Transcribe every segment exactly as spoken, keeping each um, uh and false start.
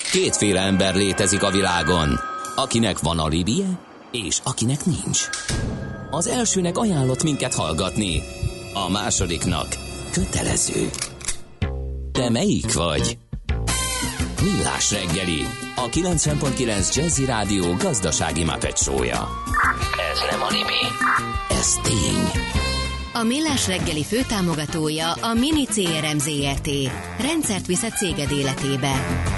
Kétféle ember létezik a világon, akinek van alibije, és akinek nincs. Az elsőnek ajánlott minket hallgatni, a másodiknak kötelező. Te melyik vagy? Millás reggeli, a kilencven pont kilenc Jazzy Rádió gazdasági Muppet show-ja. Ez nem anime, ez tény. A Millás reggeli főtámogatója a Mini cé er em zé er té. Rendszert visz a céged életébe.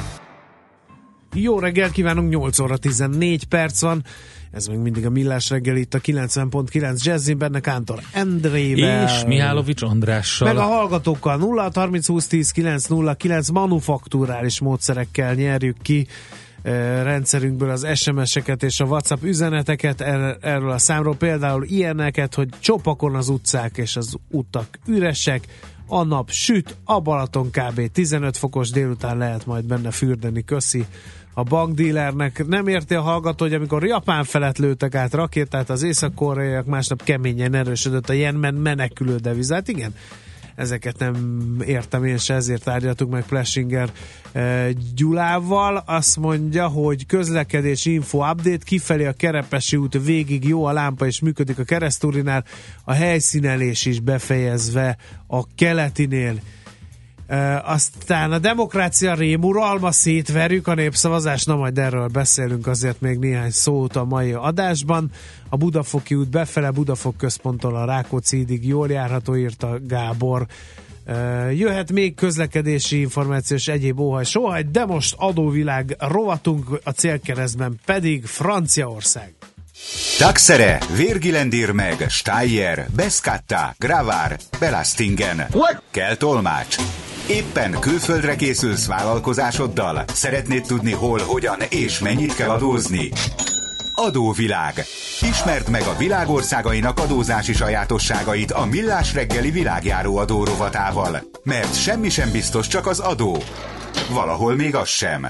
Jó reggelt kívánunk, nyolc óra tizennégy perc van. Ez még mindig a Millás reggel itt a kilencven pont kilenc Jazzin, benne Kántor Endrével. És Mihálovics Andrással. Meg a hallgatókkal nulla harminc húsz tíz kilenc nulla kilenc manufakturális módszerekkel nyerjük ki e, rendszerünkből az es em es-eket és a WhatsApp üzeneteket er, erről a számról. Például ilyeneket, hogy csopakon az utcák és az utak üresek, a nap süt, a Balaton kb. tizenöt fokos, délután lehet majd benne fürdeni, köszi a bankdílernek. Nem érti a hallgató, hogy amikor Japán felett lőttek át rakétát az észak-koreaiak, másnap keményen erősödött a jenmen menekülő devizát. Igen, ezeket nem értem én se, ezért tárgyaltuk meg Plessinger e, Gyulával. Azt mondja, hogy közlekedés info update, kifelé a Kerepesi út végig jó a lámpa és működik a Keresztúrinál, a helyszínelés is befejezve a keletinél. E, aztán a demokrácia rémuralma, szétverjük a népszavazást, na majd erről beszélünk azért még néhány szót a mai adásban. A Budafoki út befele, Budafok központtól a Rákóczi hídig jól járható, írta Gábor. E, jöhet még közlekedési információ és egyéb óhaj sóhaj, de most adóvilág rovatunk, a célkeresztben pedig Franciaország. Taxere, Virgilendir meg, Steyer, Beskatta, Gravár, Belastingen. Kell tolmács. Éppen külföldre készülsz vállalkozásoddal? Szeretnéd tudni hol, hogyan és mennyit kell adózni? Adóvilág. Ismerd meg a világországainak adózási sajátosságait a Millás reggeli világjáró adó rovatával. Mert semmi sem biztos, csak az adó. Valahol még az sem.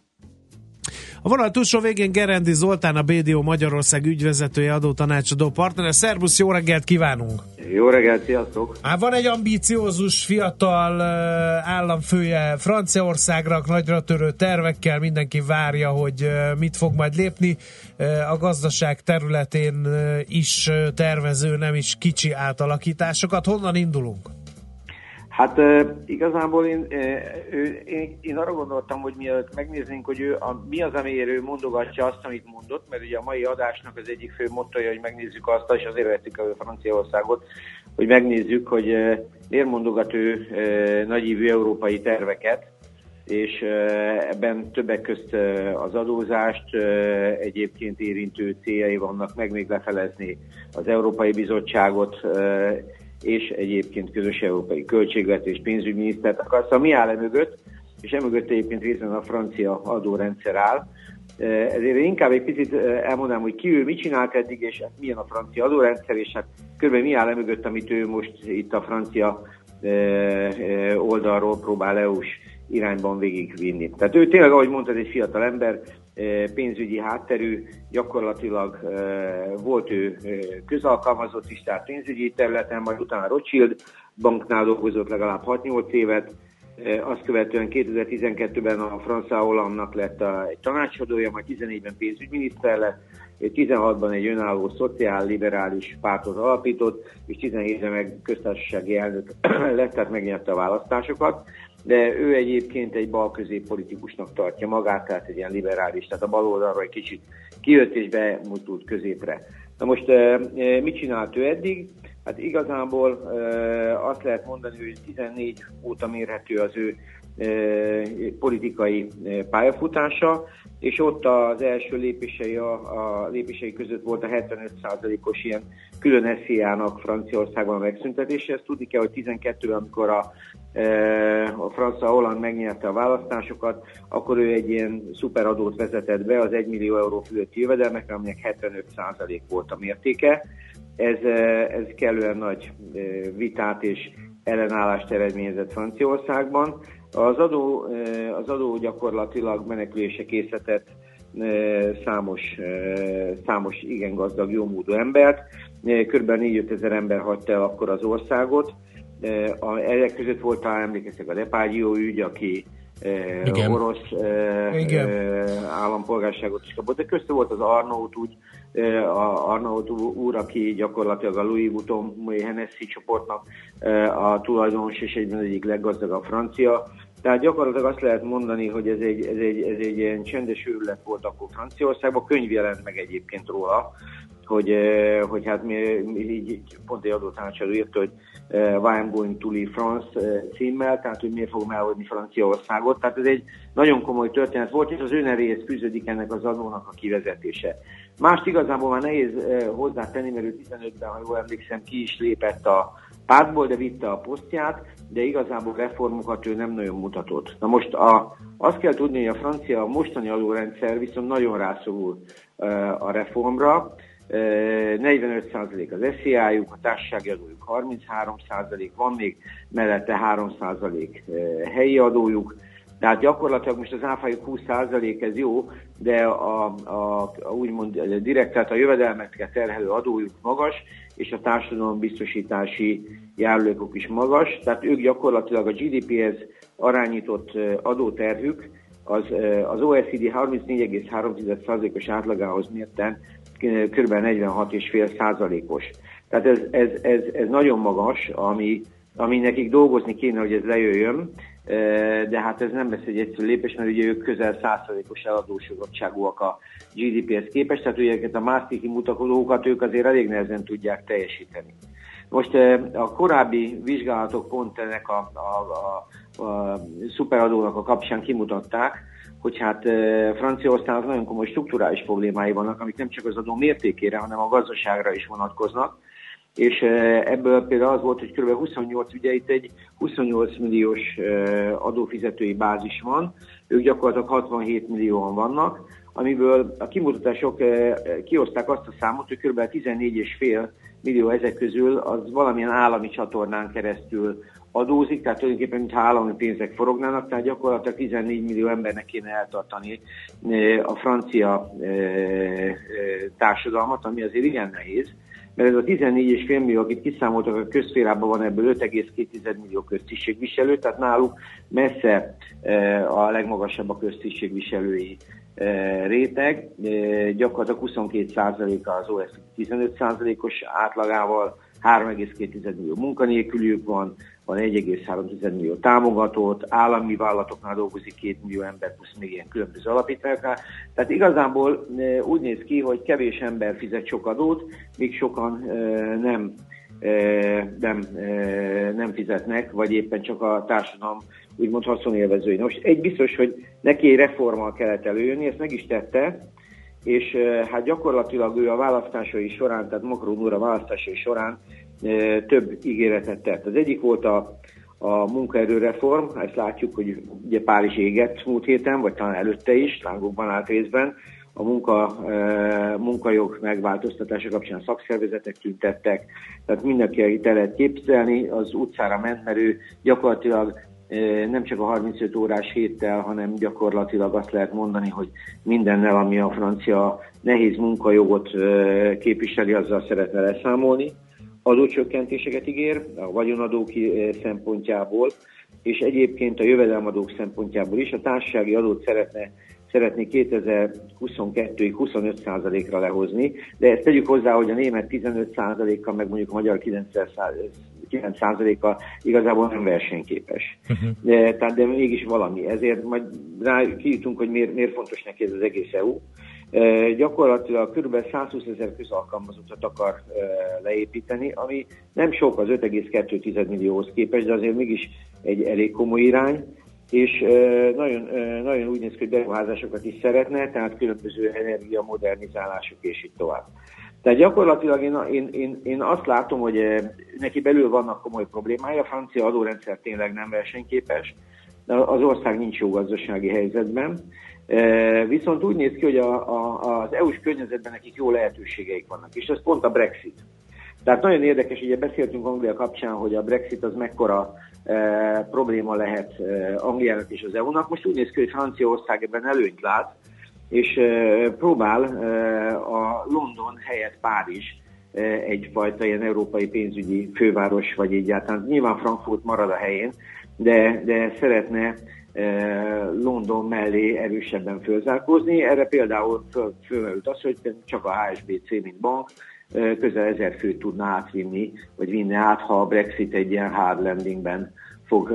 A vonal túlsó végén Gerendi Zoltán, a bé dé o Magyarország ügyvezetője, adótanácsadó partnere. Szerbusz, jó reggelt kívánunk! Jó reggelt, sziasztok! Há, van egy ambíciózus fiatal uh, államfője Franciaországra, nagyra törő tervekkel, mindenki várja, hogy uh, mit fog majd lépni. Uh, a gazdaság területén uh, is uh, tervező, nem is kicsi átalakításokat. Honnan indulunk? Hát uh, igazából én, uh, ő, én, én arra gondoltam, hogy mielőtt megnéznénk, hogy ő a, mi az, amiért ő mondogatja azt, amit mondott, mert ugye a mai adásnak az egyik fő mottoja, hogy megnézzük azt, és azért vettük elő Franciaországot, hogy megnézzük, hogy uh, miért mondogat ő uh, nagyívű európai terveket, és uh, ebben többek közt uh, az adózást uh, egyébként érintő céljai vannak, meg még lefelezni az Európai Bizottságot, uh, és egyébként közös európai költségvetés, pénzügyminisztert akarsz. Szóval mi áll e mögött, és e mögött egyébként részben a francia adórendszer áll. Ezért én inkább egy picit elmondanám, hogy ki ő, mit csinált eddig, és hát milyen a francia adórendszer, és hát körülbelül mi áll e mögött, amit ő most itt a francia oldalról próbál é u-s irányban végigvinni. Tehát ő tényleg, ahogy mondtad, egy fiatal ember, pénzügyi hátterű, gyakorlatilag volt ő közalkalmazott is, tehát pénzügyi területen, majd utána Rothschild banknál dolgozott legalább hat-nyolc évet, azt követően kétezer-tizenkettőben a François Hollande-nak lett a, egy tanácsadója, majd tizennégyben pénzügyminiszter lett, tizenhatban egy önálló szociál-liberális pártot alapított, és tizenhétben meg köztársasági elnök lett, tehát megnyerte a választásokat. De ő egyébként egy balközéppolitikusnak tartja magát, tehát egy ilyen liberális, tehát a bal oldalról egy kicsit kijött és bemutult középre. Na most mit csinált ő eddig? Hát igazából azt lehet mondani, hogy tizennégy óta mérhető az ő politikai pályafutása, és ott az első lépései, a, a lépései között volt a hetvenöt százalékos ilyen külön es zé á-nak Franciaországban a megszüntetése. Ezt tudni kell, hogy tizenkettőben, amikor a, a François Hollande megnyerte a választásokat, akkor ő egy ilyen szuperadót vezetett be az egymillió euró fölötti jövedelmekre, aminek hetvenöt százalék volt a mértéke. Ez, ez kellően nagy vitát és ellenállást eredményezett Franciaországban. Az adó, az adó gyakorlatilag menekülésre készített számos, számos igen gazdag, jómódú embert. Körülbelül négy-öt ezer ember hagyta el akkor az országot. Ezek között volt, ha emlékeztek, a Depardieu ügy, aki Igen. orosz Igen. állampolgárságot is kapott, de közte volt az Arnaut úgy, a Arnaut úr, aki gyakorlatilag a Louis Vuitton Hennessy csoportnak a tulajdonos és egyben egyik leggazdagabb francia. Tehát gyakorlatilag azt lehet mondani, hogy ez egy, ez egy, ez egy ilyen csendes őrület volt akkor Franciaországban, könyv jelent meg egyébként róla, hogy, hogy hát mi, mi így pont egy adótanácsadó írta, hogy Why I'm going to leave France címmel, tehát hogy miért fogom elhagyni Franciaországot. Tehát ez egy nagyon komoly történet volt, és az ő nevéhez fűződik ennek az adónak a kivezetése. Mást igazából már nehéz hozzátenni, mert ő tizenötben, ha jól emlékszem, ki is lépett a pártból, de vitte a posztját, de igazából reformokat ő nem nagyon mutatott. Na most a, azt kell tudni, hogy a francia a mostani adórendszer viszont nagyon rászorul a reformra. negyvenöt százalék az es zé á-juk, a társasági adójuk harminchárom százalék, van még mellette három százalék helyi adójuk, tehát gyakorlatilag most az áfájuk húsz százalék, ez jó, de a, a, a úgymond a direkt, tehát a jövedelmeket terhelő adójuk magas, és a társadalombiztosítási járulékok is magas, tehát ők gyakorlatilag a gé dé péhez arányított adóterhük az, az o e cé dé harmincnégy egész három százalékos átlagához mérten kb. negyvenhat egész öt százalékos. Tehát ez, ez, ez, ez nagyon magas, ami, ami nekik dolgozni kéne, hogy ez lejöjjön, de hát ez nem lesz egy egyszerű lépés, mert ugye ők közel száz százalékos eladósodottságúak a gé dé péhez képest, tehát ugye a Maastrichti mutatókat ők azért elég nehezen tudják teljesíteni. Most a korábbi vizsgálatok pont ennek a, a, a, a szuperadónak a kapcsán kimutatták, hogy hát Franciaországnak nagyon komoly strukturális problémái vannak, amik nem csak az adó mértékére, hanem a gazdaságra is vonatkoznak. És ebből például az volt, hogy kb. huszonnyolc, ugye itt egy huszonnyolc milliós adófizetői bázis van, ők gyakorlatilag hatvanhét millióan vannak, amiből a kimutatások kihozták azt a számot, hogy kb. tizennégy egész öt millió ezek közül az valamilyen állami csatornán keresztül adózik, tehát tulajdonképpen mintha állami pénzek forognának, tehát gyakorlatilag tizennégy millió embernek kéne eltartani a francia társadalmat, ami azért igen nehéz, mert ez a tizennégy egész öt millió, akit kiszámoltak a közszférában, van ebből öt egész két millió köztisztségviselő, tehát náluk messze a legmagasabb a köztisztségviselői réteg, gyakorlatilag huszonkét százalék az o e cé dé tizenöt százalékos átlagával, három egész két millió munkanélküliük van, van egy egész három millió támogatót, állami vállalatoknál dolgozik két millió ember, plusz még ilyen különböző alapítványoknál. Tehát igazából úgy néz ki, hogy kevés ember fizet sok adót, míg sokan nem, nem, nem fizetnek, vagy éppen csak a társadalom úgymond haszonélvezői. Most egy biztos, hogy neki egy reformmal kellett előjönni, ezt meg is tette, és hát gyakorlatilag ő a választásai során, tehát Macron úr a választásai során több ígéretet tett. Az egyik volt a, a munkaerőreform, ezt látjuk, hogy ugye Párizs égett múlt héten, vagy talán előtte is, lángokban állt részben, a munka, munkajog megváltoztatása kapcsán szakszervezetek tüntettek, tehát mindenki, akit el lehet képzelni, az utcára ment, mert ő gyakorlatilag nem csak a harmincöt órás héttel, hanem gyakorlatilag azt lehet mondani, hogy mindennel, ami a francia nehéz munkajogot képviseli, azzal szeretne leszámolni. Adócsökkentéseket ígér, a vagyonadók szempontjából, és egyébként a jövedelmadók szempontjából is. A társasági adót szeretne, szeretné kétezer-huszonkettőig huszonöt százalékra lehozni, de ezt tegyük hozzá, hogy a német tizenöt százalékkal, meg mondjuk a magyar kilenc százalékkal igazából nem versenyképes. Uh-huh. De, tehát, de mégis valami. Ezért majd rá kijutunk, hogy miért, miért fontos neki ez az egész é u. E, gyakorlatilag kb. százhúszezer közalkalmazottat akar e, leépíteni, ami nem sok az öt egész kettő millióhoz képest, de azért mégis egy elég komoly irány, és e, nagyon, e, nagyon úgy néz ki, hogy beruházásokat is szeretne, tehát különböző energiamodernizálások és így tovább. Tehát gyakorlatilag én, én, én, én azt látom, hogy neki belül vannak komoly problémái, a francia adórendszer tényleg nem versenyképes, az ország nincs jó gazdasági helyzetben, viszont úgy néz ki, hogy a, a, az é u-s környezetben nekik jó lehetőségeik vannak, és ez pont a Brexit. Tehát nagyon érdekes, ugye beszéltünk Anglia kapcsán, hogy a Brexit az mekkora e, probléma lehet e, Angliának és az é u-nak. Most úgy néz ki, hogy Franciaország ebben előnyt lát, és e, próbál e, a London helyett Párizs e, egyfajta ilyen európai pénzügyi főváros, vagy egyáltalán nyilván Frankfurt marad a helyén, de, de szeretne London mellé erősebben fölzárkózni. Erre például föl, fölmerült az, hogy csak a há es bé cé, mint bank, közel ezer főt tudna átvinni, vagy vinni át, ha a Brexit egy ilyen hard landingben fog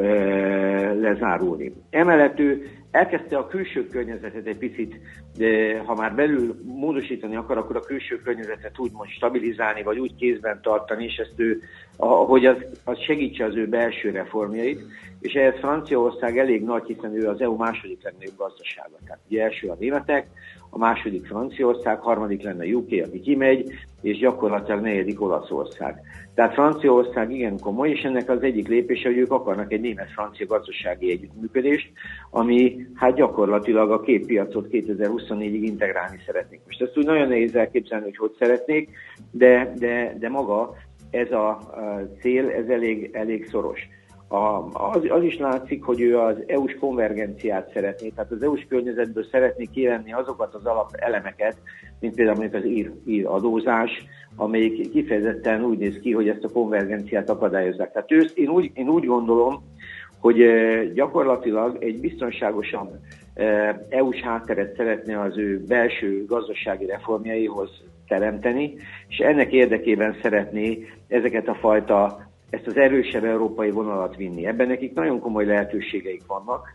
lezárulni. Emellett ő elkezdte a külső környezetet egy picit, ha már belül módosítani akar, akkor a külső környezetet úgymond stabilizálni, vagy úgy kézben tartani, és ezt ő, hogy az, az segítse az ő belső reformjait, és ehhez Franciaország elég nagy, hiszen ő az é u második legnagyobb gazdasága. Tehát ugye első a németek, a második Franciaország, harmadik lenne u ká, aki kimegy, és gyakorlatilag negyedik Olaszország. Tehát Franciaország igen komoly, és ennek az egyik lépése, hogy ők akarnak egy német-francia gazdasági együttműködést, ami hát gyakorlatilag a két piacot kétezer-huszonnégyig integrálni szeretnék. Most ezt úgy nagyon nehéz elképzelni, hogy hogy szeretnék, de, de, de maga ez a cél, ez elég, elég szoros. A, az, az is látszik, hogy ő az é u-s konvergenciát szeretné, tehát az é u-s környezetből szeretné kivenni azokat az alapelemeket, mint például mondjuk az ír, ír adózás, amelyik kifejezetten úgy néz ki, hogy ezt a konvergenciát akadályozzák. Tehát ő, én, úgy, én úgy gondolom, hogy gyakorlatilag egy biztonságosabb é u-s hátteret szeretne az ő belső gazdasági reformjaihoz teremteni, és ennek érdekében szeretné ezeket a fajta ezt az erősebb európai vonalat vinni. Ebben nekik nagyon komoly lehetőségeik vannak,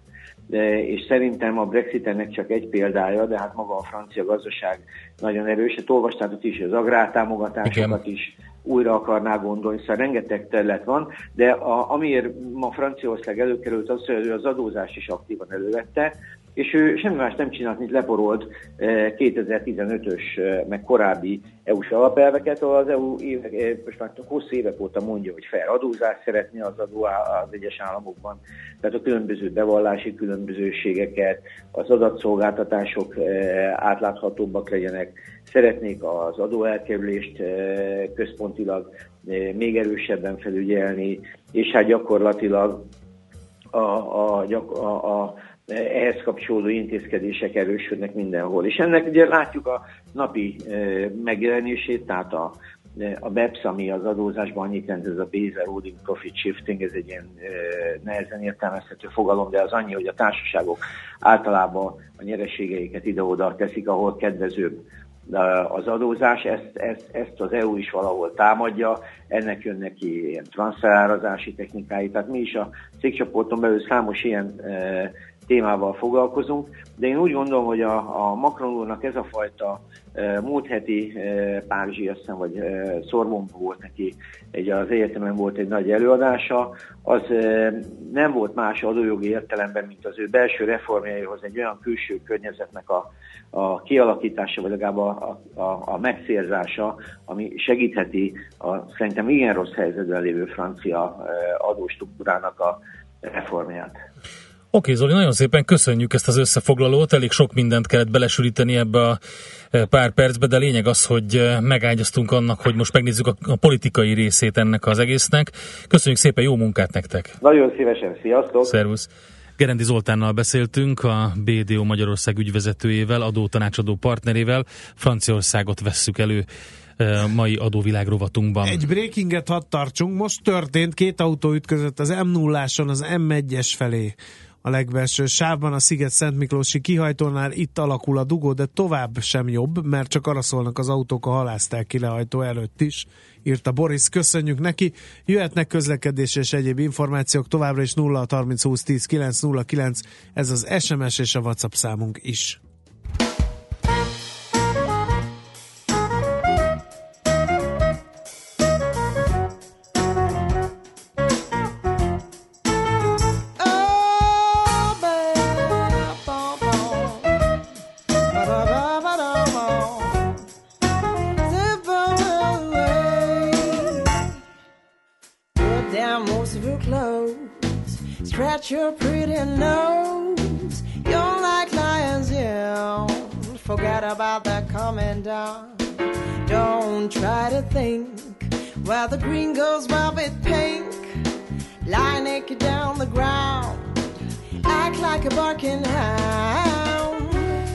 és szerintem a Brexit ennek csak egy példája, de hát maga a francia gazdaság nagyon erős. Olvastátok is, az agrártámogatásokat is újra akarná gondolni, szóval rengeteg terület van, de a, amiért ma Franciaország előkerült az, hogy az adózást is aktívan elővette, és ő semmi más nem csinált, mint leporolt kétezer-tizenötös meg korábbi é u-s alapelveket, ahol az é u évek, most már hosszú évek óta mondja, hogy fair adózást szeretné az adó az egyes államokban, tehát a különböző bevallási különbözőségeket, az adatszolgáltatások átláthatóbbak legyenek, szeretnék az adóelkerülést központilag még erősebben felügyelni, és hát gyakorlatilag a, a, a, a ehhez kapcsolódó intézkedések erősödnek mindenhol. És ennek ugye látjuk a napi e, megjelenését, tehát a, a bé e pé es, ami az adózásban annyit jelent, ez a Base Eroding Profit Shifting, ez egy ilyen e, nehezen értelmezhető fogalom, de az annyi, hogy a társaságok általában a nyereségeiket ide-oda teszik, ahol kedvezőbb az adózás, ezt, ezt, ezt az é u is valahol támadja, ennek jönnek ki ilyen transferárazási technikái, tehát mi is a cégcsoporton belül számos ilyen e, témával foglalkozunk, de én úgy gondolom, hogy a, a Macron úrnak ez a fajta e, múlt heti e, Párizsi, azt hiszem, vagy e, Sorbonne volt neki, egy, az egyetemen volt egy nagy előadása, az e, nem volt más adójogi értelemben, mint az ő belső reformjaihoz egy olyan külső környezetnek a, a kialakítása, vagy legalább a, a, a megcélzása, ami segítheti a szerintem igen rossz helyzetben lévő francia e, adóstruktúrának a reformját. Oké, Zoli, nagyon szépen köszönjük ezt az összefoglalót, elég sok mindent kellett belesülíteni ebbe a pár percbe, de lényeg az, hogy megágyaztunk annak, hogy most megnézzük a, a politikai részét ennek az egésznek. Köszönjük szépen, jó munkát nektek! Nagyon szívesen, sziasztok! Szervusz! Gerendi Zoltánnal beszéltünk, a bé dé o Magyarország ügyvezetőjével, adótanácsadó partnerével. Franciaországot vesszük elő mai adóvilág rovatunkban. Egy breakinget hadd tartsunk. Most történt, két autó ütközött az em nulláson az em egyes felé a legbelső sávban, a Sziget-Szentmiklósi kihajtónál. Itt alakul a dugó, de tovább sem jobb, mert csak arra szólnak az autók a halászták lehajtó előtt is, írta Boris. Köszönjük neki. Jöhetnek közlekedés és egyéb információk továbbra is. Nulla harminc húsz tíz kilenc nulla kilenc, ez az es em es és a WhatsApp számunk is. Scratch your pretty nose, you're like lions, yeah. Forget about that coming down. Don't try to think where the green goes velvet pink. Lie naked down the ground, act like a barking hound.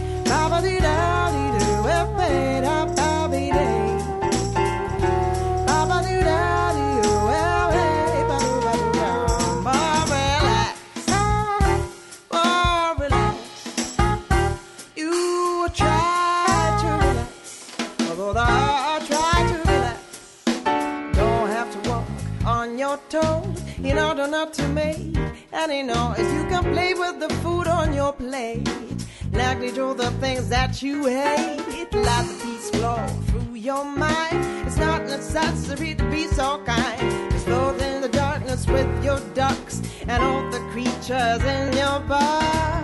Ba-ba-dee-da-dee-doo-eh-eh-da-ba-dee-day. Ba-ba-dee-da-dee-doo-eh-eh-ba-doo-ba-doo-down. Ba-ba-dee-da. in order not to make any noise. You can play with the food on your plate. Neglect all the things that you hate. Let the peace flow through your mind. It's not necessary to be so kind. Explode in the darkness with your ducks and all the creatures in your bar.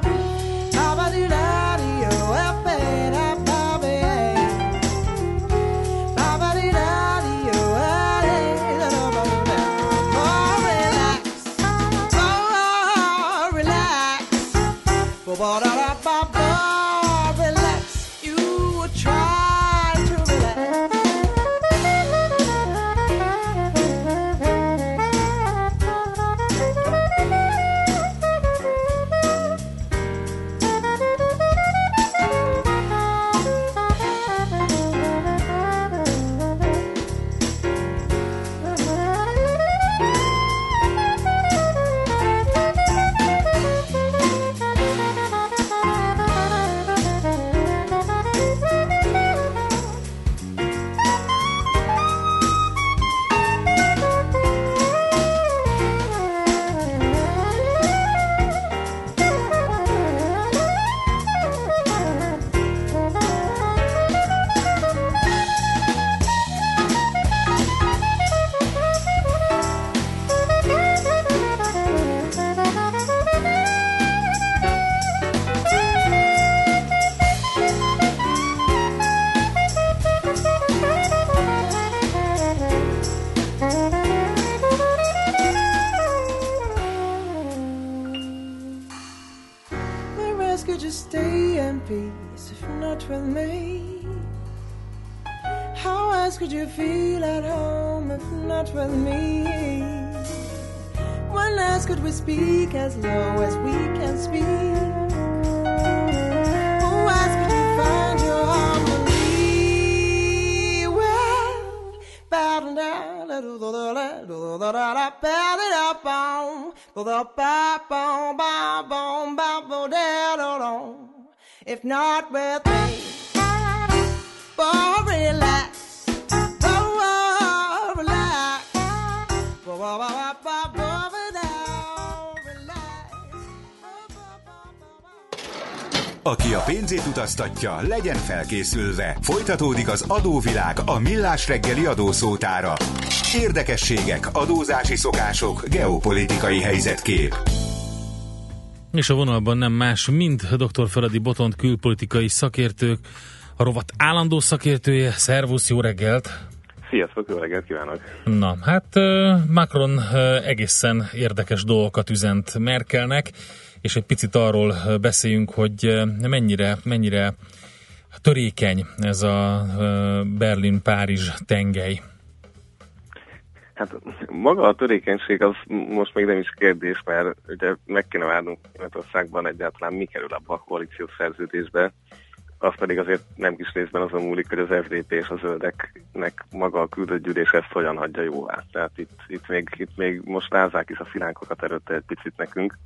Relax, you try to relax. Could you stay in peace if not with me? How else could you feel at home if not with me? When else could we speak as low as we can speak? Who else could you find your harmony? Well, battle down, if not with me, but relax, oh, relax, Aki a pénzét utaztatja, legyen felkészülve. Folytatódik az adóvilág a Millás reggeli adószótára. Érdekességek, adózási szokások, geopolitikai helyzetkép. És a vonalban nem más, mint dr. Feledi Botont, külpolitikai szakértők, a rovat állandó szakértője. Szervusz, jó reggelt! Sziasztok, jó reggelt kívánok! Na, hát Macron egészen érdekes dolgokat üzent Merkelnek, és egy picit arról beszéljünk, hogy mennyire, mennyire törékeny ez a Berlin-Párizs tengely. Hát maga a törékenység az most még nem is kérdés, mert ugye meg kéne várnunk Németországban egyáltalán mi kerül abba a koalíciós szerződésbe. Az pedig azért nem kis részben azon múlik, hogy az ef dé pé és a zöldeknek maga a küldött gyűlés ezt hogyan hagyja jóvá. Tehát itt, itt, még, itt még most rázzák is a szilánkokat előtte egy picit nekünk.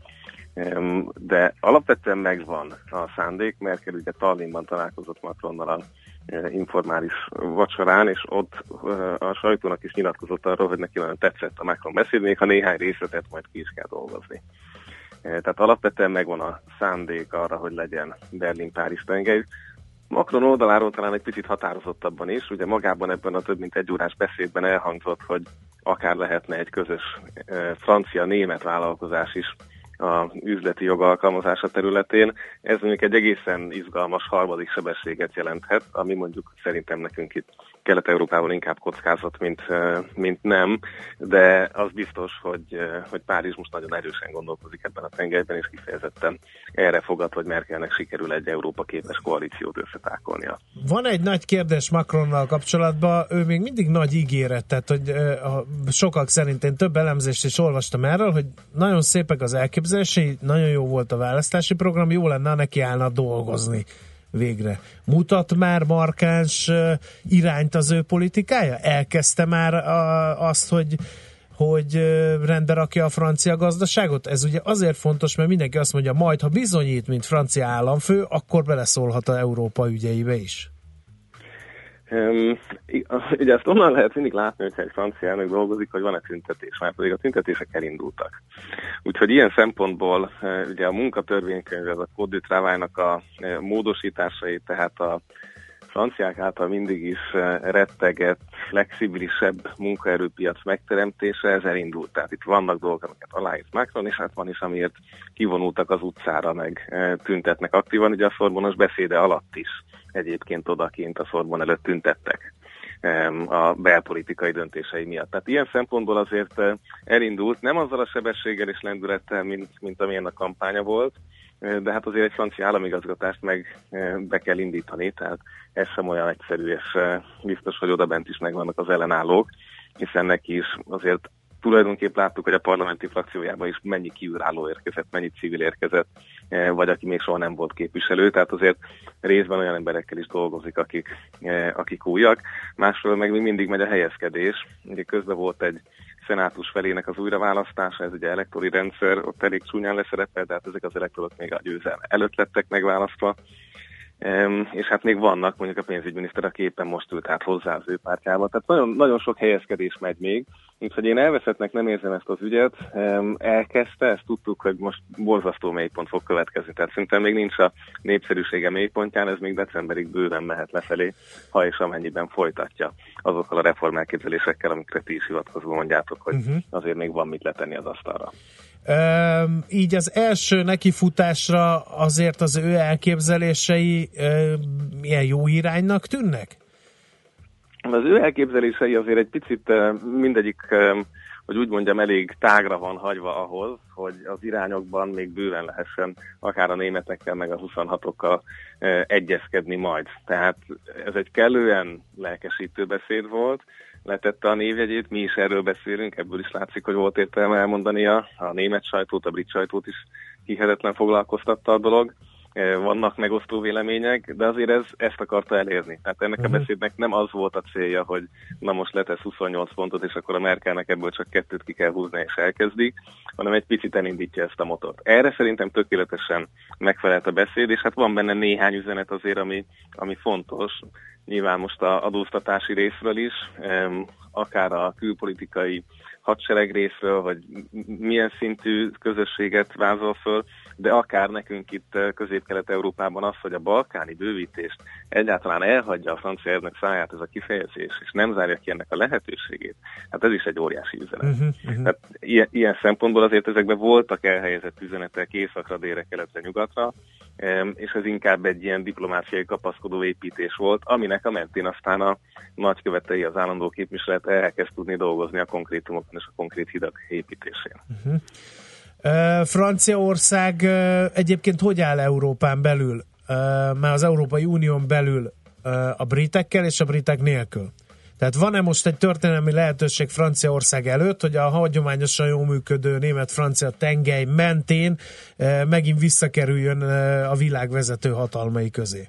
De alapvetően megvan a szándék, Merkel ugye Tallinnban találkozott Macronnal a informális vacsorán, és ott a sajtónak is nyilatkozott arról, hogy neki nagyon tetszett a Macron beszéd, még ha néhány részletet majd ki is kell dolgozni. Tehát alapvetően megvan a szándék arra, hogy legyen Berlin-Párizs tengely. Macron oldaláról talán egy picit határozottabban is, ugye magában ebben a több mint egy órás beszédben elhangzott, hogy akár lehetne egy közös francia-német vállalkozás is a üzleti jog alkalmazása területén. Ez mondjuk egy egészen izgalmas harmadik sebességet jelenthet, ami mondjuk szerintem nekünk itt Kelet-Európában inkább kockázat, mint, mint nem, de az biztos, hogy, hogy Párizs most nagyon erősen gondolkozik ebben a tengelyben, és kifejezetten erre fogad, hogy Merkelnek sikerül egy Európa képes koalíciót összetákolnia. Van egy nagy kérdés Macronnal kapcsolatban, ő még mindig nagy ígéret, tehát hogy a sokak szerint, én több elemzést is olvastam erről, hogy nagyon szépek az elképzelései, nagyon jó volt a választási program, jó lenne, neki állna dolgozni végre. Mutat már markáns irányt az ő politikája? Elkezdte már azt, hogy, hogy rendbe rakja a francia gazdaságot? Ez ugye azért fontos, mert mindenki azt mondja, majd ha bizonyít, mint francia államfő, akkor beleszólhat az Európa ügyeibe is. Um, ugye ezt onnan lehet mindig látni, hogyha egy francia elnök dolgozik, hogy van-e tüntetés, mert pedig a tüntetések elindultak. Úgyhogy ilyen szempontból ugye a munkatörvénykönyv, ez a Code du Travail-nak a módosításai, tehát a franciák által mindig is rettegett, flexibilisebb munkaerőpiac megteremtése, ez elindult. Tehát itt vannak dolgok, amiket aláírt Macron, és hát van is, amiért kivonultak az utcára, meg tüntetnek aktívan. Ugye a Szorbonos beszéde alatt is egyébként odakint a Szorbon előtt tüntettek a belpolitikai döntései miatt. Tehát ilyen szempontból azért elindult, nem azzal a sebességgel és lendülettel, mint, mint amilyen a kampánya volt, de hát azért egy francia államigazgatást meg be kell indítani, tehát ez sem olyan egyszerű, és biztos, hogy odabent is megvannak az ellenállók, hiszen neki is azért tulajdonképp láttuk, hogy a parlamenti frakciójában is mennyi kívülálló érkezett, mennyi civil érkezett, vagy aki még soha nem volt képviselő, tehát azért részben olyan emberekkel is dolgozik, akik, akik újak. Másról meg még mindig megy a helyezkedés. Ugye közben volt egy szenátus felének az újraválasztása, ez ugye elektori rendszer, ott elég csúnyán leszerepel, de hát ezek az elektorok még a győzelme előtt lettek megválasztva. Um, és hát még vannak, mondjuk a pénzügyminiszter, aki éppen most ült át hozzá az ő pártjába. Tehát nagyon, nagyon sok helyezkedés megy még, úgyhogy én elveszettnek nem érzem ezt az ügyet. Um, elkezdte, ezt tudtuk, hogy most borzasztó mélypont fog következni. Tehát szerintem még nincs a népszerűsége mélypontján, ez még decemberig bőven mehet lefelé, ha és amennyiben folytatja azokkal a reformelképzelésekkel, amikre ti is hivatkozva mondjátok, hogy uh-huh. azért még van mit letenni az asztalra. Üm, így az első nekifutásra azért az ő elképzelései üm, ilyen jó iránynak tűnnek? Az ő elképzelései azért egy picit mindegyik, hogy úgy mondjam, elég tágra van hagyva ahhoz, hogy az irányokban még bőven lehessen akár a németekkel, meg a huszonhatokkal egyezkedni majd. Tehát ez egy kellően lelkesítő beszéd volt, letette a névjegyét, mi is erről beszélünk, ebből is látszik, hogy volt értelme elmondania, a német sajtót, a brit sajtót is hihetetlen foglalkoztatta a dolog. Vannak megosztó vélemények, de azért ez, ezt akarta elérni. Tehát ennek uh-huh. a beszédnek nem az volt a célja, hogy na most letesz huszonnyolc pontot, és akkor a Merkelnek ebből csak kettőt ki kell húzni, és elkezdik, hanem egy picit elindítja ezt a motort. Erre szerintem tökéletesen megfelelt a beszéd, és hát van benne néhány üzenet azért, ami, ami fontos. Nyilván most az adóztatási részről is, akár a külpolitikai hadsereg részről, hogy milyen szintű közösséget vázol föl, de akár nekünk itt Közép-Kelet-Európában az, hogy a balkáni bővítést egyáltalán elhagyja a francia elnök száját ez a kifejezés, és nem zárja ki ennek a lehetőségét, hát ez is egy óriási üzenet. Uh-huh, uh-huh. Tehát ilyen, ilyen szempontból azért ezekben voltak elhelyezett üzenetek északra, délre, keletre, nyugatra, és ez inkább egy ilyen diplomáciai kapaszkodó építés volt, aminek a mentén aztán a nagykövetei, az állandó képviselet elkezd tudni dolgozni a konkrétumokon és a konkrét hidak építésén. Uh-huh. Uh, Franciaország uh, egyébként hogy áll Európán belül? Uh, már az Európai Unión belül uh, a britekkel és a britek nélkül? Tehát van-e most egy történelmi lehetőség Franciaország előtt, hogy a hagyományosan jól működő német-francia tengely mentén uh, megint visszakerüljön uh, a világ vezető hatalmai közé?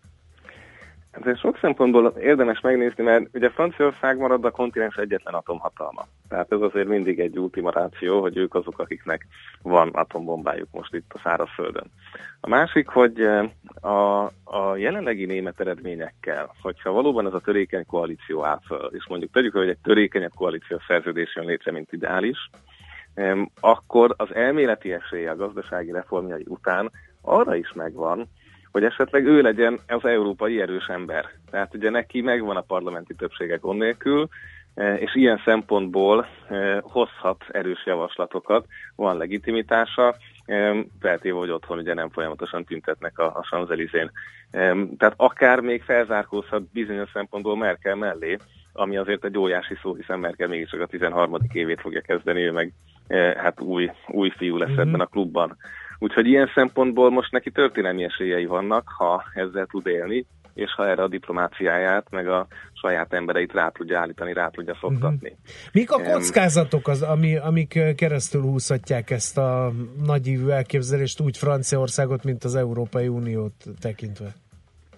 Ez sok szempontból érdemes megnézni, mert ugye Franciaország marad a kontinens egyetlen atomhatalma. Tehát ez azért mindig egy ultima ratio, hogy ők azok, akiknek van atombombájuk most itt a szárazföldön. A másik, hogy a, a jelenlegi német eredményekkel, hogyha valóban ez a törékeny koalíció áll föl, és mondjuk tegyük, hogy egy törékenyebb koalíciós szerződés jön létre, mint ideális, akkor az elméleti esélye a gazdasági reformjai után arra is megvan, hogy esetleg ő legyen az európai erős ember. Tehát ugye neki megvan a parlamenti többsége gond nélkül, és ilyen szempontból hozhat erős javaslatokat, van legitimitása, feltéve, hogy otthon ugye nem folyamatosan tüntetnek a, a Champs-Élysén. Tehát akár még felzárkózhat bizonyos szempontból Merkel mellé, ami azért egy óriási szó, hiszen Merkel mégiscsak a tizenharmadik évét fogja kezdeni, ő meg hát új, új fiú lesz mm-hmm. ebben a klubban. Úgyhogy ilyen szempontból most neki történelmi esélyei vannak, ha ezzel tud élni, és ha erre a diplomáciáját, meg a saját embereit rá tudja állítani, rá tudja szoktatni. Uh-huh. Mik a kockázatok, az, ami, amik keresztül húzhatják ezt a nagyívű elképzelést úgy Franciaországot, mint az Európai Uniót tekintve?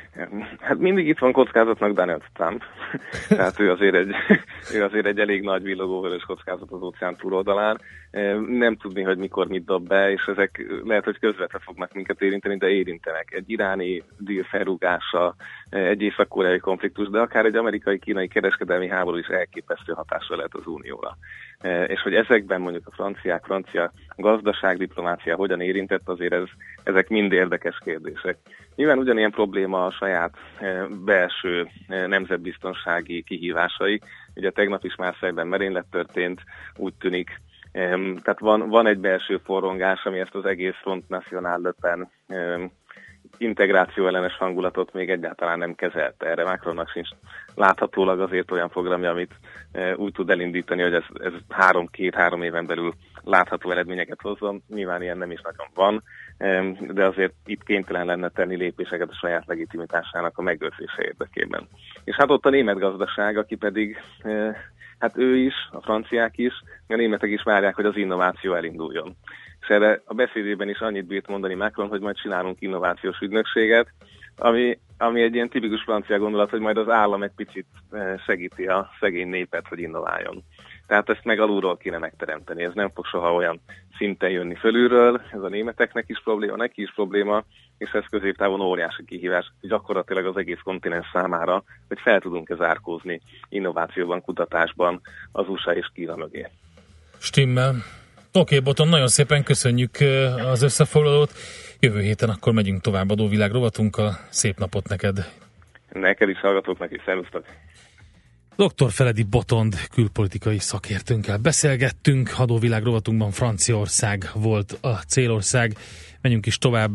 Hát mindig itt van kockázatnak Donald Trump, tehát ő azért, egy, ő azért egy elég nagy villogóvörös kockázat az óceán túloldalán. Nem tudni, hogy mikor mit dob be, és ezek lehet, hogy közvetve fognak minket érinteni, de érintenek. Egy iráni díl felrúgása, egy észak-koreai konfliktus, de akár egy amerikai-kínai kereskedelmi háború is elképesztő hatással lehet az Unióra. És hogy ezekben mondjuk a franciák, francia gazdaságdiplomácia hogyan érintett, azért ez, ezek mind érdekes kérdések. Nyilván ugyanilyen probléma a saját belső nemzetbiztonsági kihívásai. Ugye tegnap is Marseille-ben merénylet történt, úgy tűnik. Tehát van, van egy belső forrongás, ami ezt az egész Front National Le Pen integráció ellenes hangulatot még egyáltalán nem kezelte. Erre Macronnak sincs láthatólag azért olyan programja, amit e, úgy tud elindítani, hogy ez, ez három, két-három éven belül látható eredményeket hozzon. Nyilván ilyen nem is nagyon van, e, de azért itt kénytelen lenne tenni lépéseket a saját legitimitásának a megőrzése érdekében. És hát ott a német gazdaság, aki pedig, e, hát ő is, a franciák is, a németek is várják, hogy az innováció elinduljon. És erre a beszédében is annyit bírt mondani Macron, hogy majd csinálunk innovációs ügynökséget, ami, ami egy ilyen tipikus francia gondolat, hogy majd az állam egy picit segíti a szegény népet, hogy innováljon. Tehát ezt meg alulról kéne megteremteni, ez nem fog soha olyan szinten jönni fölülről, ez a németeknek is probléma, neki is probléma, és ez középtávon óriási kihívás gyakorlatilag az egész kontinens számára, hogy fel tudunk-e zárkózni innovációban, kutatásban az u es á és Kína mögé. Stimmel. Oké, okay, Boton, nagyon szépen köszönjük az összefoglalót. Jövő héten akkor megyünk tovább adóvilág rovatunkkal. Szép napot neked! Neked is, hallgatóknak is, szervusztok! doktor Feledi Botond külpolitikai szakértőnkkel beszélgettünk. Adóvilág rovatunkban Franciaország volt a célország. Menjünk is tovább,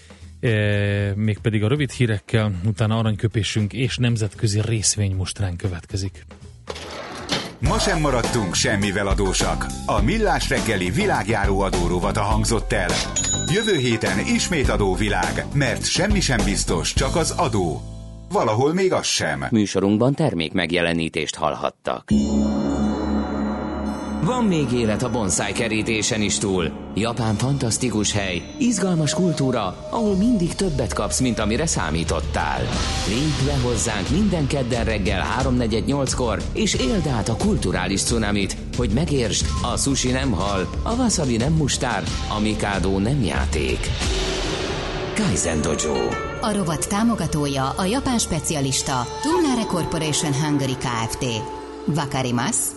e, mégpedig a rövid hírekkel, utána aranyköpésünk és nemzetközi részvénymustrán következik. Ma sem maradtunk semmivel adósak. A Millás reggeli világjáró adórovata hangzott el. Jövő héten ismét adóvilág, mert semmi sem biztos, csak az adó. Valahol még az sem. Műsorunkban termék megjelenítést hallhattak. Van még élet a bonsai kerítésen is túl. Japán fantasztikus hely, izgalmas kultúra, ahol mindig többet kapsz, mint amire számítottál. Lépj be hozzánk minden kedden reggel háromnegyed nyolckor, és éld át a kulturális cunamit, hogy megértsd, a sushi nem hal, a wasabi nem mustár, a mikádó nem játék. Kaizen Dojo. A rovat támogatója a japán specialista Tumnare Corporation Hungary Kft. Wakarimasu.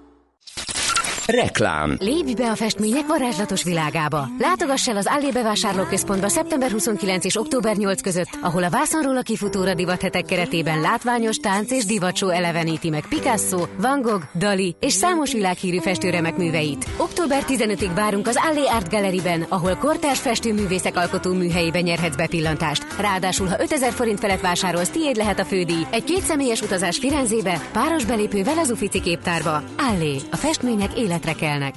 Reklám. Lépj be a festmények varázslatos világába. Látogass el az Allé bevásárlóközpontba szeptember huszonkilencedike és október nyolcadika között, ahol a vászonról a kifutóra divathetek keretében látványos tánc és divatshow eleveníti meg Picasso, Van Gogh, Dali és számos világhírű festőremek műveit. október tizenötödikéig várunk az Allé Art Galleryben, ahol kortárs festőművészek alkotó műhelyében nyerhetsz bepillantást. Ráadásul, ha ötezer forint felett vásárolsz, tiéd lehet a fődíj. Egy kétszemélyes utazás Firenzébe, páros belépővel az Uffizi képtárba. Allé, a festmények élet kelnek.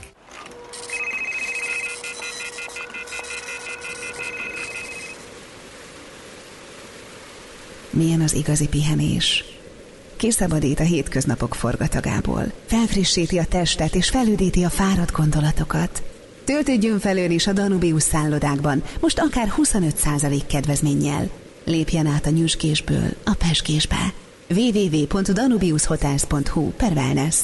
Milyen az igazi pihenés? Kiszabadít a hétköznapok forgatagából, felfrissíti a testet és felüdíti a fáradt gondolatokat. Töltődjön felől is a Danubius szállodákban, most akár huszonöt százalék kedvezménnyel. Lépjen át a nyüzsgésből a pezsgésbe. double-u double-u double-u pont danubius hotels pont hu per wellness.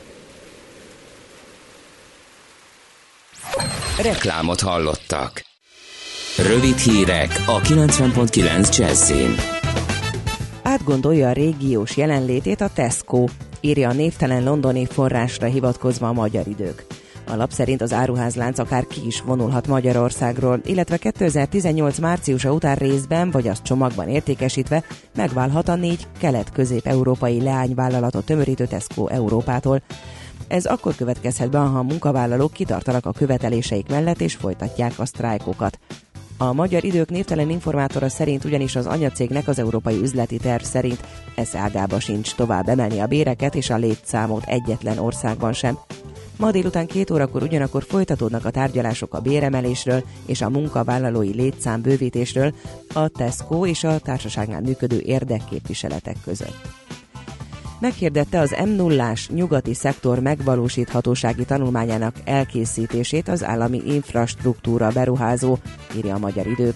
Reklámot hallottak. Rövid hírek a kilencven pont kilenc Jazzin. Átgondolja a régiós jelenlétét a Tesco, írja a névtelen londoni forrásra hivatkozva a Magyar Idők. A lap szerint az áruházlánc akár ki is vonulhat Magyarországról, illetve kétezer-tizennyolc márciusa után részben, vagy az csomagban értékesítve megválhat a négy kelet-közép-európai leányvállalatot tömörítő Tesco Európától. Ez akkor következhet be, ha a munkavállalók kitartanak a követeléseik mellett és folytatják a sztrájkokat. A Magyar Idők névtelen informátora szerint ugyanis az anyacégnek az európai üzleti terv szerint esze ágába sincs tovább emelni a béreket és a létszámot egyetlen országban sem. Ma délután két órakor ugyanakkor folytatódnak a tárgyalások a béremelésről és a munkavállalói létszám bővítésről a Tesco és a társaságnál működő érdekképviseletek között. Meghirdette az em nullás nyugati szektor megvalósíthatósági tanulmányának elkészítését az állami infrastruktúra beruházó, írja a Magyar Idők.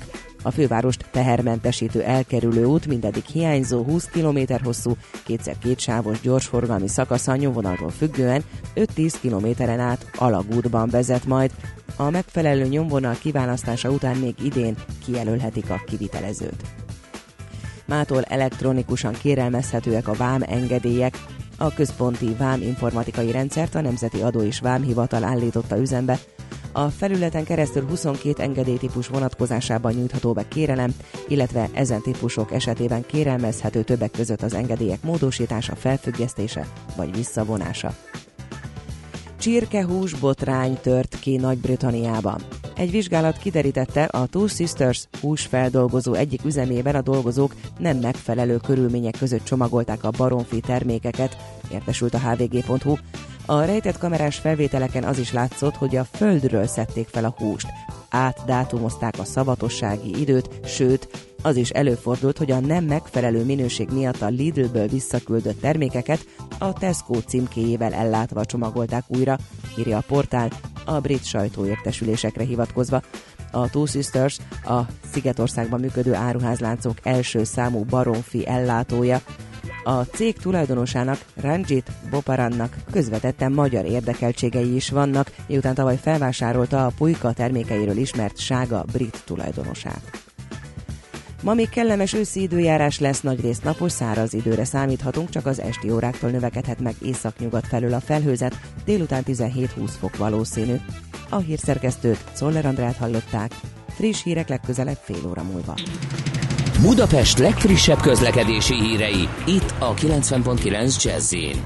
A fővárost tehermentesítő elkerülő út mindeddig hiányzó húsz kilométer hosszú, kétszer két sávos gyorsforgalmi szakasz a nyomvonaltól függően öt-tíz kilométeren át alagútban vezet majd. A megfelelő nyomvonal kiválasztása után még idén kijelölhetik a kivitelezőt. Mától elektronikusan kérelmezhetőek a vám engedélyek. A központi vám informatikai rendszert a Nemzeti Adó és Vámhivatal állította üzembe. A felületen keresztül huszonkét engedélytípus vonatkozásában nyújtható be kérelem, illetve ezen típusok esetében kérelmezhető többek között az engedélyek módosítása, felfüggesztése vagy visszavonása. Csirkehús botrány tört ki Nagy-Britanniában. Egy vizsgálat kiderítette, a Two Sisters húsfeldolgozó egyik üzemében a dolgozók nem megfelelő körülmények között csomagolták a baromfi termékeket, értesült a há vé gé pont hú. A rejtett kamerás felvételeken az is látszott, hogy a földről szedték fel a húst, átdátumozták a szavatossági időt, sőt, az is előfordult, hogy a nem megfelelő minőség miatt a Lidlből visszaküldött termékeket a Tesco címkéjével ellátva csomagolták újra, írja a portál, a brit sajtóértesülésekre hivatkozva. A Two Sisters a Szigetországban működő áruházláncok első számú baromfi ellátója. A cég tulajdonosának, Ranjit Boparannak közvetetten magyar érdekeltségei is vannak, miután tavaly felvásárolta a pulyka termékeiről ismert sága brit tulajdonosát. Ma még kellemes őszi időjárás lesz, nagyrészt napos, száraz időre számíthatunk, csak az esti óráktól növekedhet meg északnyugat felől a felhőzet, délután tizenhét-húsz fok valószínű. A hírszerkesztőt, Czoller Andrát hallották, friss hírek legközelebb fél óra múlva. Budapest legfrissebb közlekedési hírei, itt a kilencven pont kilenc Jazz-in.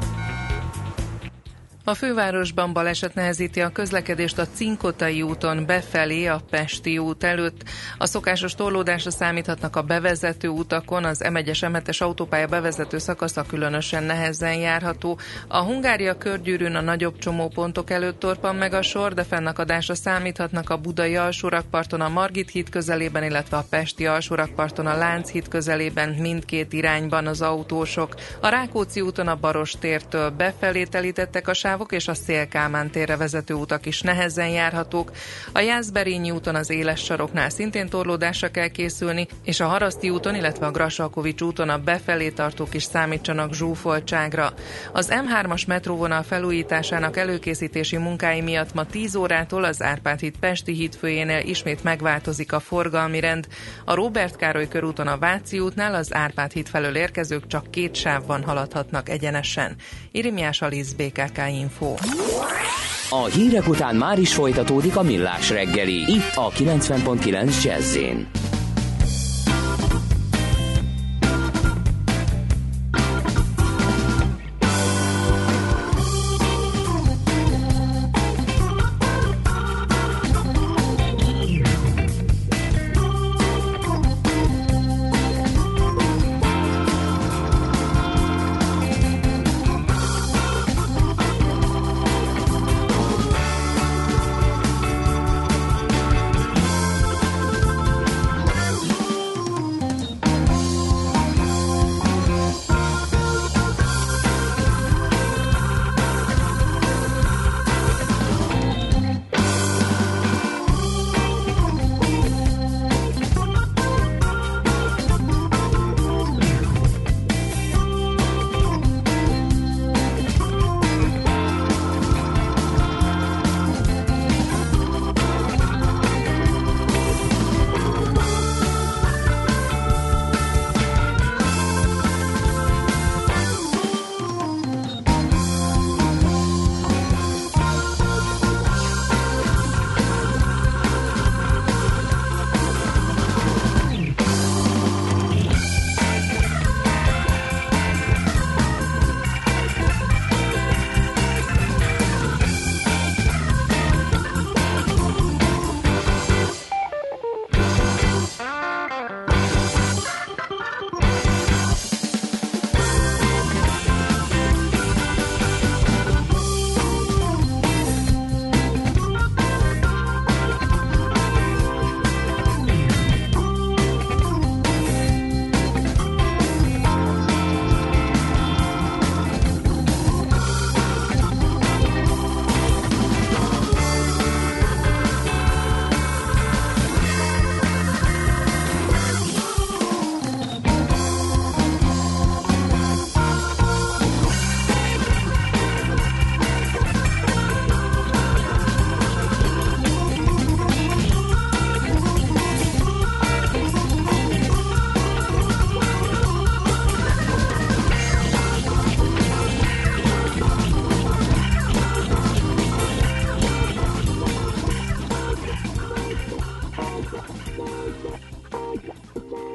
A fővárosban baleset nehezíti a közlekedést a Cinkotai úton befelé a Pesti út előtt. A szokásos torlódásra számíthatnak a bevezető utakon, az em egyes em hetes autópálya bevezető szakasza különösen nehezen járható. A Hungária körgyűrűn a nagyobb csomópontok előtt torpan meg a sor, de fennakadásra számíthatnak a Budai alsórakparton, a Margit híd közelében, illetve a Pesti alsórakparton, a Lánchíd közelében mindkét irányban az autósok. A Rákóczi úton a Barostértől befelé telítettek a sávok, és a Széll-Kálmán térre vezető utak is nehezen járhatók. A Jászberényi úton az éles saroknál szintén torlódásra kell készülni, és a Haraszti úton, illetve a Grassalkovich úton a befelé tartók is számítsanak zsúfoltságra. Az em hármas metróvonal felújításának előkészítési munkái miatt ma tíz órától az Árpád híd Pesti hídfőjénél ismét megváltozik a forgalmi rend. A Róbert Károly körúton a Váci útnál az Árpád híd felől érkezők csak két sávban haladhatnak egyenesen. Irimiás Alisz, bé ká ká Info. A hírek után már is folytatódik a Millás reggeli, itt a kilencven pont kilenc Jazz-in.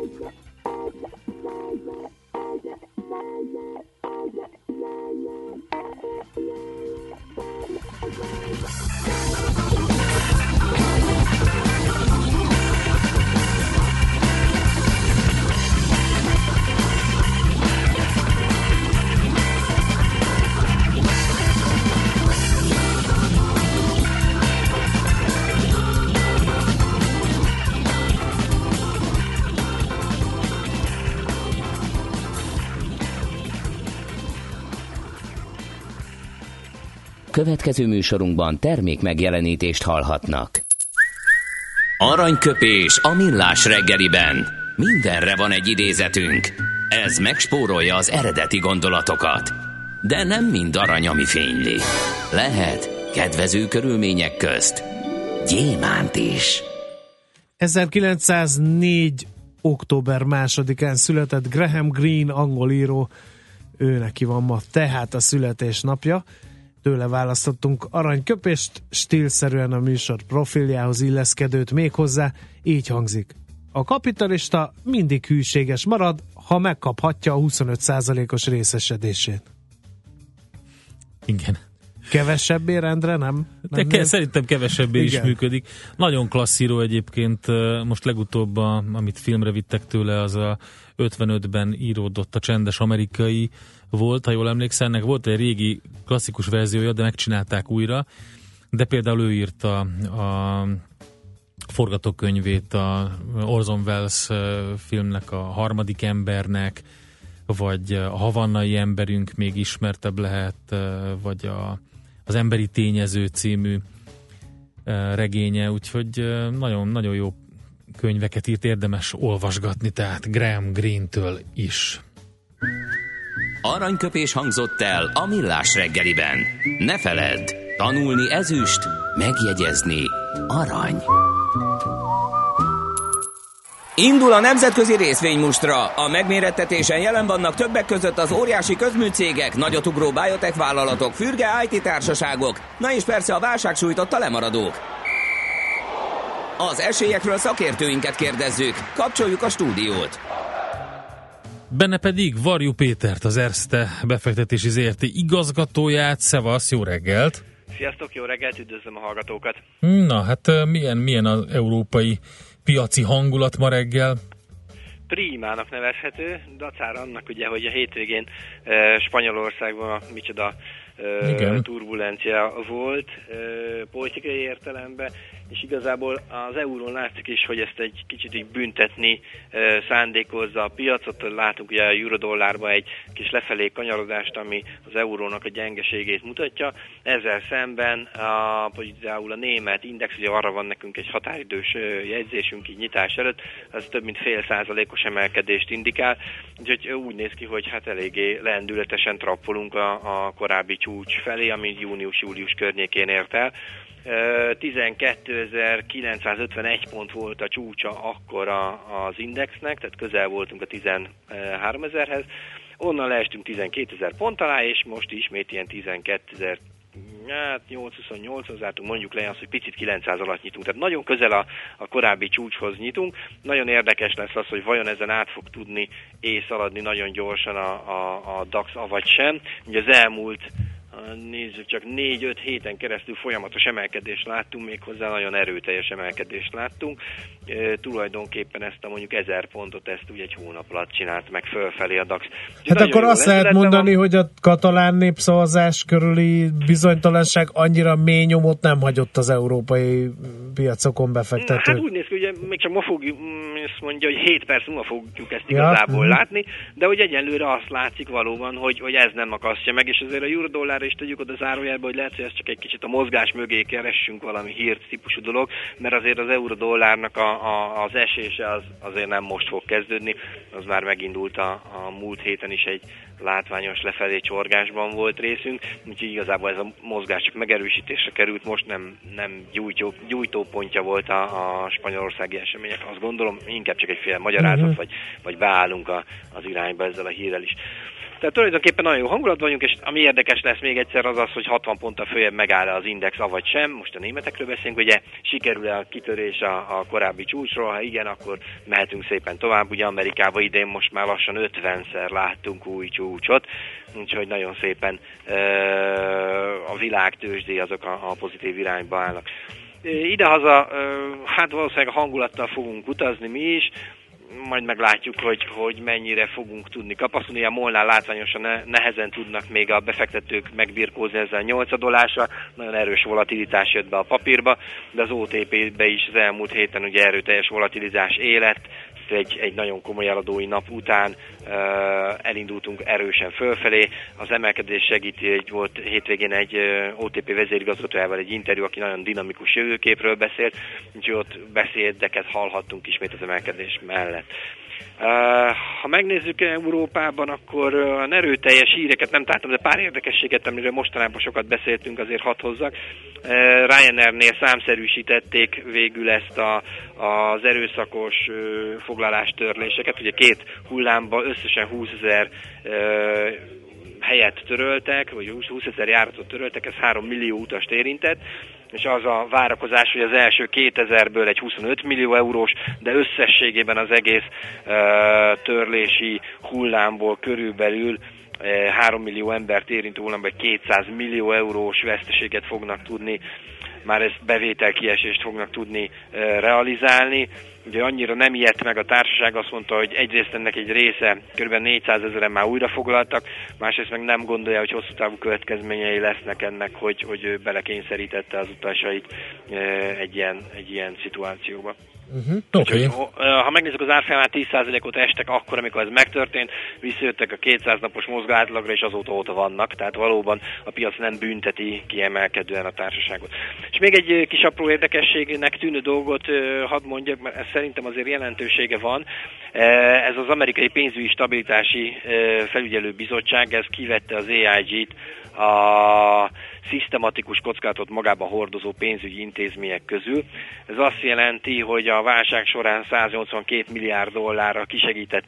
Következő műsorunkban termék megjelenítést hallhatnak. Aranyköpés a millás reggeliben. Mindenre van egy idézetünk. Ez megspórolja az eredeti gondolatokat. De nem mind arany, ami fényli. Lehet kedvező körülmények közt gyémánt is. ezerkilencszáznégy. október másodikán született Graham Greene, angol író. Ő neki van ma tehát a születésnapja. Tőle választottunk aranyköpést, stílszerűen a műsor profiljához illeszkedőt méghozzá, így hangzik. A kapitalista mindig hűséges marad, ha megkaphatja a huszonöt százalékos részesedését. Igen. Kevesebbé rendre, nem? nem De ke- szerintem kevesebbé is működik. Nagyon klassz író egyébként, most legutóbb, a, amit filmre vittek tőle, az a ötvenötben íródott A csendes amerikai volt, ha jól emlékszel, ennek volt egy régi klasszikus verziója, de megcsinálták újra, de például ő írta a forgatókönyvét a Orson Welles filmnek, A harmadik embernek, vagy a Havannai emberünk még ismertebb lehet, vagy a, az Emberi tényező című regénye, úgyhogy nagyon, nagyon jó könyveket írt, érdemes olvasgatni, tehát Graham Greene-től is. Aranyköpés hangzott el a millás reggeliben. Ne feledd, tanulni ezüst, megjegyezni arany. Indul a nemzetközi részvénymustra. A megmérettetésen jelen vannak többek között az óriási közműcégek, nagyotugró biotech vállalatok, fürge í té társaságok, na és persze a válság sújtotta lemaradók. Az esélyekről szakértőinket kérdezzük. Kapcsoljuk a stúdiót. Benne pedig Varjú Pétert, az Erste befektetési zé er té igazgatóját. Szevasz, jó reggelt! Sziasztok, jó reggelt, üdvözlöm a hallgatókat! Na, hát milyen, milyen az európai piaci hangulat ma reggel? Primának nevezhető, dacára annak ugye, hogy a hétvégén e, Spanyolországban micsoda e, turbulencia volt e, politikai értelemben, és igazából az eurón látszik is, hogy ezt egy kicsit így büntetni e, szándékozza a piacot. Látunk ugye a eurodollárban egy kis lefelé kanyarodást, ami az eurónak a gyengeségét mutatja. Ezzel szemben a, például a német index, ugye arra van nekünk egy határidős jegyzésünk így nyitás előtt, az több mint fél százalékos emelkedést indikál, úgyhogy úgy néz ki, hogy hát eléggé lendületesen trappolunk a, a korábbi csúcs felé, ami június-július környékén ért el. tizenkétezer-kilencszázötvenegy pont volt a csúcsa akkor a, az indexnek, tehát közel voltunk a tizenháromezerhez. Onnan leestünk tizenkétezer pont alá, és most ismét ilyen tizenkétezer nyolcszázhuszonnyolchoz zártunk, mondjuk le azt, hogy picit kilencszáz alatt nyitunk. Tehát nagyon közel a, a korábbi csúcshoz nyitunk. Nagyon érdekes lesz az, hogy vajon ezen át fog tudni éjszaladni nagyon gyorsan a, a, a dé á iksz, avagy sem. Ugye az elmúlt nézzük csak négy-öt héten keresztül folyamatos emelkedést láttunk, méghozzá nagyon erőteljes emelkedést láttunk. E, tulajdonképpen ezt a mondjuk ezer pontot, ezt úgy egy hónap alatt csinált meg fölfelé a dé á iksz. Hát akkor azt lehet mondani, van, hogy a katalán népszavazás körüli bizonytalanság annyira mély nyomot nem hagyott az európai piacokon befektetők. Hát úgy néz ki, ugye még csak ma fogjuk, azt mondja, hogy hét perc múlva fogjuk ezt igazából ja. látni, de hogy egyelőre azt látszik valóban, hogy, hogy ez nem akasztja meg, és azért a eurodollárra is tegyük oda zárójelbe, hogy lehet, hogy ez csak egy kicsit a mozgás mögé keressünk valami hírt típusú dolog, mert azért az eurodollárnak a, a, az esése az azért nem most fog kezdődni, az már megindult a, a múlt héten is egy látványos lefelé csorgásban volt részünk, úgyhogy igazából ez a mozgás csak megerősítésre került, most nem, nem gyújtó, gyújtópontja volt a, a spanyolországi események, azt gondolom, inkább csak egy fél magyarázat, uh-huh. vagy, vagy beállunk a, az irányba ezzel a hírrel is. Tehát tulajdonképpen nagyon jó hangulat vagyunk, és ami érdekes lesz még egyszer az az, hogy hatvan ponttal följebb megáll az index, avagy sem. Most a németekről beszélünk, ugye sikerül-e a kitörés a, a korábbi csúcsról, ha igen, akkor mehetünk szépen tovább. Ugye Amerikában idén most már lassan ötvenszer láttunk új csúcsot, úgyhogy nagyon szépen e, a világ tőzsdé azok a, a pozitív irányba állnak. Idehaza, hát valószínűleg a hangulattal fogunk utazni mi is, majd meglátjuk, hogy, hogy mennyire fogunk tudni kapaszkodni. A molnál látványosan ne, nehezen tudnak még a befektetők megbirkózni ezzel a nyolcadolással, nagyon erős volatilitás jött be a papírba, de az o té pé-be is az elmúlt héten ugye erőteljes volatilizás élet, egy, egy nagyon komoly eladói nap után uh, elindultunk erősen fölfelé. Az emelkedés segíti, egy volt hétvégén egy uh, o té pé vezérigazgatójával egy interjú, aki nagyon dinamikus jövőképről beszélt, úgyhogy ott beszédeket hallhattunk ismét az emelkedés mellett. Uh, ha megnézzük Európában, akkor uh, erőteljes híreket nem találtam, de pár érdekességet, amiről mostanában sokat beszéltünk, azért hadd hozzak. Uh, Ryanairnél számszerűsítették végül ezt a, az erőszakos uh, foglalástörléseket. Ugye két hullámban összesen húszezer uh, helyet töröltek, vagy húszezer járatot töröltek, ez három millió utast érintett, és az a várakozás, hogy az első kétezerből egy huszonöt millió eurós, de összességében az egész uh, törlési hullámból körülbelül uh, három millió embert érintő hullámban kétszáz millió eurós veszteséget fognak tudni, már ezt bevételkiesést fognak tudni uh, realizálni. Ugye annyira nem ijedt meg a társaság, azt mondta, hogy egyrészt ennek egy része, kb. négyszázezeren már újra foglaltak, másrészt meg nem gondolja, hogy hosszú távú következményei lesznek ennek, hogy, hogy ő belekényszerítette az utasait egy ilyen, egy ilyen szituációba. Uh-huh. Okay. Ha megnézzük az árfolyamát, tíz százalékot estek akkor, amikor ez megtörtént, visszajöttek a kétszáz napos mozgó átlagra, és azóta ott vannak, tehát valóban a piac nem bünteti kiemelkedően a társaságot. És még egy kis apró érdekességnek tűnő dolgot hadd mondjak, mert ez szerintem azért jelentősége van. Ez az amerikai pénzügyi stabilitási felügyelő bizottság, ez kivette az á i gé-t a szisztematikus kockázatot magában hordozó pénzügyi intézmények közül. Ez azt jelenti, hogy a válság során száznyolcvankét milliárd dollárra kisegített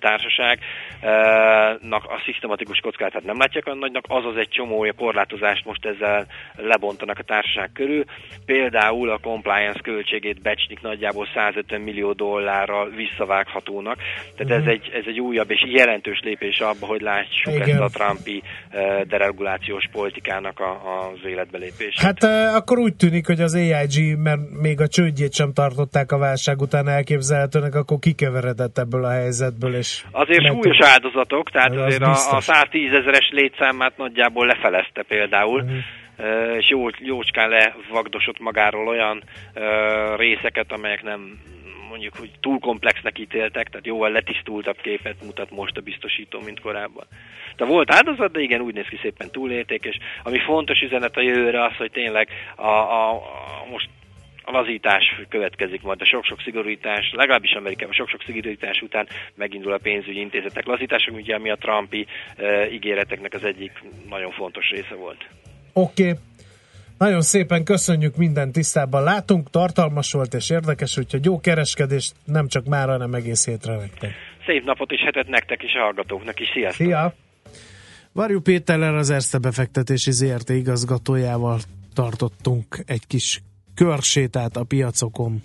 társaságnak a szisztematikus kockázatát nem látják olyan nagynak, azaz egy csomó korlátozást most ezzel lebontanak a társaság körül. Például a compliance költségét becslik nagyjából százötven millió dollárral visszavághatónak. Tehát ez egy, ez egy újabb és jelentős lépés abba, hogy lássuk Igen. ezt a Trumpi deregulációs politikának a, az életbelépését. Hát uh, akkor úgy tűnik, hogy az á i gé, mert még a csődjét sem tartották a válság után elképzelhetőnek, akkor kikeveredett ebből a helyzetből. És azért súlyos áldozatok, tehát az azért az a, a száztízezeres létszámát nagyjából lefelezte például, uh-huh. uh, és jó, jócskán levagdosott magáról olyan uh, részeket, amelyek nem mondjuk, hogy túl komplexnek ítéltek, tehát jóval letisztultabb képet mutat most a biztosító, mint korábban. Tehát volt áldozat, de igen, úgy néz ki, szépen túlélték, és ami fontos üzenet a jövőre az, hogy tényleg a, a, a most a lazítás következik majd, a sok-sok szigorítás, legalábbis Amerikában sok-sok szigorítás után megindul a pénzügyi intézetek lazítások, ugye ami a Trumpi e, ígéreteknek az egyik nagyon fontos része volt. Oké. Okay. Nagyon szépen köszönjük, minden tisztában látunk, tartalmas volt és érdekes, úgyhogy jó kereskedést nem csak mára, hanem egész hétre nektek. Szép napot és hetet nektek és a hallgatóknak is, sziasztok! Szia! Varjú Péterrel, az Erste befektetési zé er té igazgatójával tartottunk egy kis körsétát a piacokon.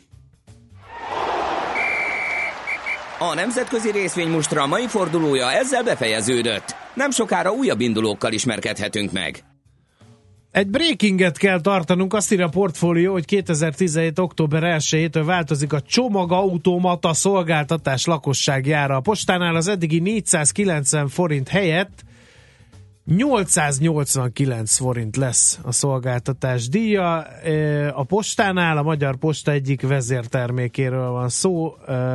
A nemzetközi részvénymustra mai fordulója ezzel befejeződött. Nem sokára újabb indulókkal ismerkedhetünk meg. Egy breakinget kell tartanunk, azt írja a portfólió, hogy kétezer-tizenhét. október elsejétől változik a csomagautomata szolgáltatás lakosságjára. A postánál az eddigi négyszázkilencven forint helyett nyolcszáznyolcvankilenc forint lesz a szolgáltatás díja. A postánál a Magyar Posta egyik vezértermékéről van szó,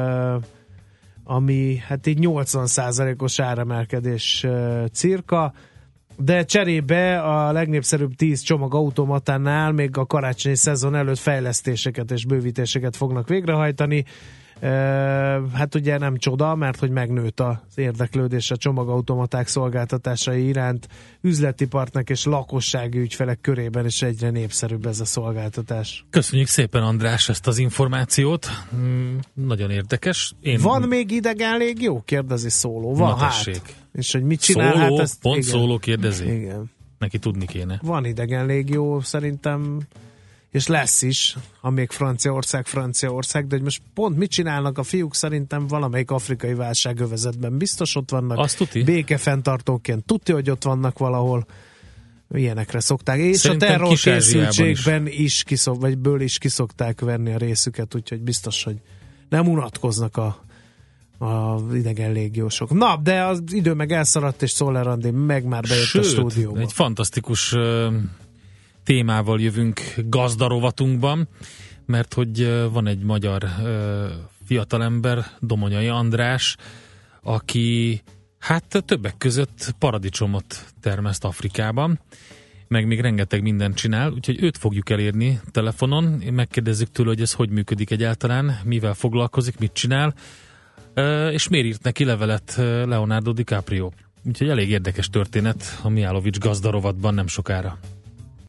ami hát így nyolcvan százalékos áremelkedés cirka, de cserébe a legnépszerűbb tíz csomagautomatánál még a karácsonyi szezon előtt fejlesztéseket és bővítéseket fognak végrehajtani. Hát ugye nem csoda, mert hogy megnőtt az érdeklődés a csomagautomaták szolgáltatásai iránt, üzleti partnerek és lakossági ügyfelek körében is egyre népszerűbb ez a szolgáltatás. Köszönjük szépen, András, ezt az információt. Mm, nagyon érdekes. Én... Van még idegen légió? Kérdezi Szóló. Van, hát. És hogy mit csinál? Szóló, hát ezt, pont igen. Szóló kérdezi. Igen. Neki tudni kéne. Van idegen légió, szerintem, és lesz is, ha még Franciaország, Franciaország, de hogy most pont mit csinálnak a fiúk, szerintem valamelyik afrikai válságövezetben biztos ott vannak. Azt tuti. Békefenntartóként tudja, hogy ott vannak valahol. Ilyenekre szokták. És szerintem a terrorkészültségben is, is kiszok, vagy ből is kiszokták venni a részüket, úgyhogy biztos, hogy nem unatkoznak a az idegen légiósok. Na, de az idő meg elszaladt, és Szoller Andi meg már bejött Sőt, a stúdióba. Egy fantasztikus uh, témával jövünk gazdarovatunkban, mert hogy uh, van egy magyar uh, fiatalember, Domonyai András, aki hát többek között paradicsomot termeszt Afrikában, meg még rengeteg mindent csinál, úgyhogy őt fogjuk elérni telefonon, megkérdezzük tőle, hogy ez hogy működik egyáltalán, mivel foglalkozik, mit csinál, és miért írt neki levelet Leonardo DiCaprio. Úgyhogy elég érdekes történet a Mihálovics gazdarovatban nem sokára.